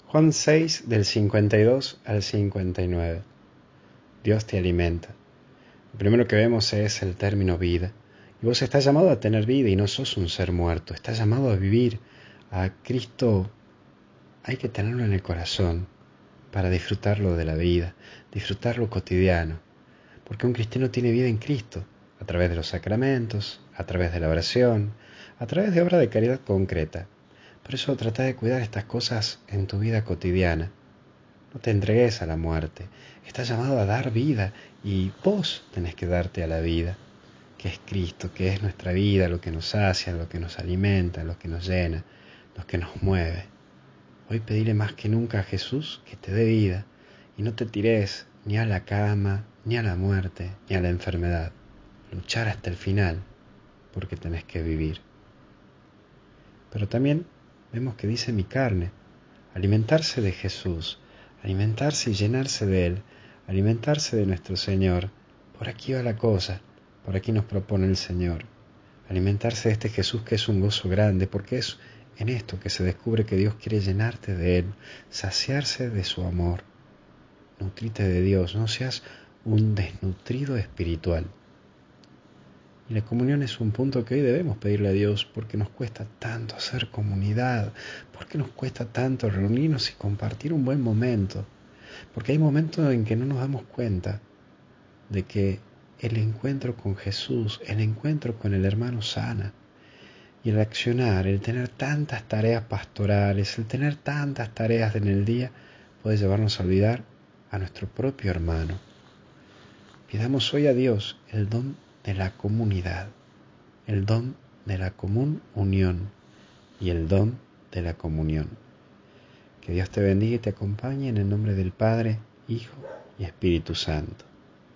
Juan 6 del 52 al 59. Dios te alimenta. Lo primero que vemos es el término vida. Y vos estás llamado a tener vida y no sos un ser muerto. Estás llamado a vivir. A Cristo hay que tenerlo en el corazón para disfrutarlo de la vida, disfrutarlo cotidiano. Porque un cristiano tiene vida en Cristo, a través de los sacramentos, a través de la oración, a través de obra de caridad concreta. Por eso trata de cuidar estas cosas en tu vida cotidiana. No te entregues a la muerte. Estás llamado a dar vida y vos tenés que darte a la vida, que es Cristo, que es nuestra vida, lo que nos sacia, lo que nos alimenta, lo que nos llena, lo que nos mueve. Hoy pedile más que nunca a Jesús que te dé vida y no te tires ni a la cama, ni a la muerte, ni a la enfermedad. Luchar hasta el final, porque tenés que vivir. Pero también vemos que dice mi carne, alimentarse de Jesús, alimentarse y llenarse de Él, alimentarse de nuestro Señor. Por aquí va la cosa, por aquí nos propone el Señor. Alimentarse de este Jesús que es un gozo grande, porque es en esto que se descubre que Dios quiere llenarte de Él, saciarse de su amor. Nutrite de Dios, no seas un desnutrido espiritual. Y la comunión es un punto que hoy debemos pedirle a Dios porque nos cuesta tanto hacer comunidad, porque nos cuesta tanto reunirnos y compartir un buen momento, porque hay momentos en que no nos damos cuenta de que el encuentro con Jesús, el encuentro con el hermano sana, y el accionar, el tener tantas tareas pastorales, el tener tantas tareas en el día, puede llevarnos a olvidar a nuestro propio hermano. Pidamos hoy a Dios el don de la comunidad, el don de la común unión y el don de la comunión. Que Dios te bendiga y te acompañe en el nombre del Padre, Hijo y Espíritu Santo.